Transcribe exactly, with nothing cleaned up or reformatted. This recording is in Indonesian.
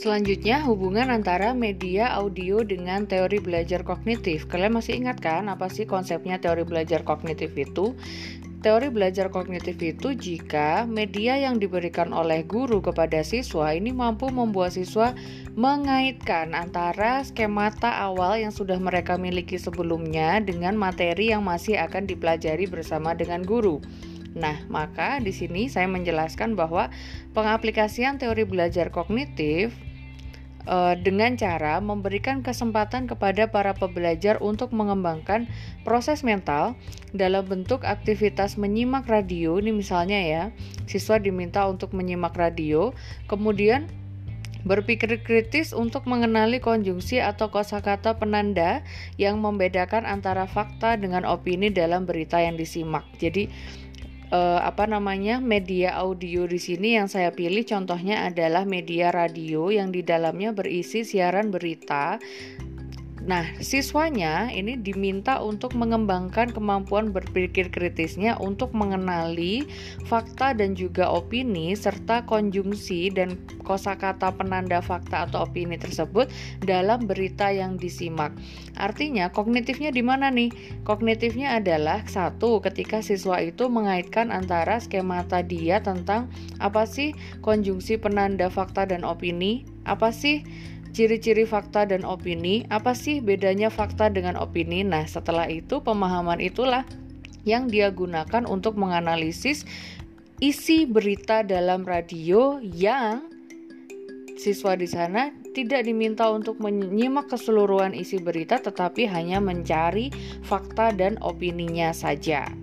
Selanjutnya, hubungan antara media audio dengan teori belajar kognitif. Kalian masih ingat kan apa sih konsepnya teori belajar kognitif itu? Teori belajar kognitif itu jika media yang diberikan oleh guru kepada siswa ini mampu membuat siswa mengaitkan antara skemata awal yang sudah mereka miliki sebelumnya dengan materi yang masih akan dipelajari bersama dengan guru. Nah, maka di sini saya menjelaskan bahwa pengaplikasian teori belajar kognitif dengan cara memberikan kesempatan kepada para pembelajar untuk mengembangkan proses mental dalam bentuk aktivitas menyimak radio. Ini misalnya ya, siswa diminta untuk menyimak radio, kemudian berpikir kritis untuk mengenali konjungsi atau kosakata penanda yang membedakan antara fakta dengan opini dalam berita yang disimak. Jadi Uh, apa namanya media audio di sini yang saya pilih contohnya adalah media radio yang di dalamnya berisi siaran berita. Nah, siswanya ini diminta untuk mengembangkan kemampuan berpikir kritisnya untuk mengenali fakta dan juga opini serta konjungsi dan kosakata penanda fakta atau opini tersebut dalam berita yang disimak. Artinya, kognitifnya di mana nih? Kognitifnya adalah satu, ketika siswa itu mengaitkan antara skemata dia tentang apa sih konjungsi penanda fakta dan opini, apa sih ciri-ciri fakta dan opini, apa sih bedanya fakta dengan opini. Nah, setelah itu pemahaman itulah yang dia gunakan untuk menganalisis isi berita dalam radio yang siswa di sana tidak diminta untuk menyimak keseluruhan isi berita tetapi hanya mencari fakta dan opininya saja.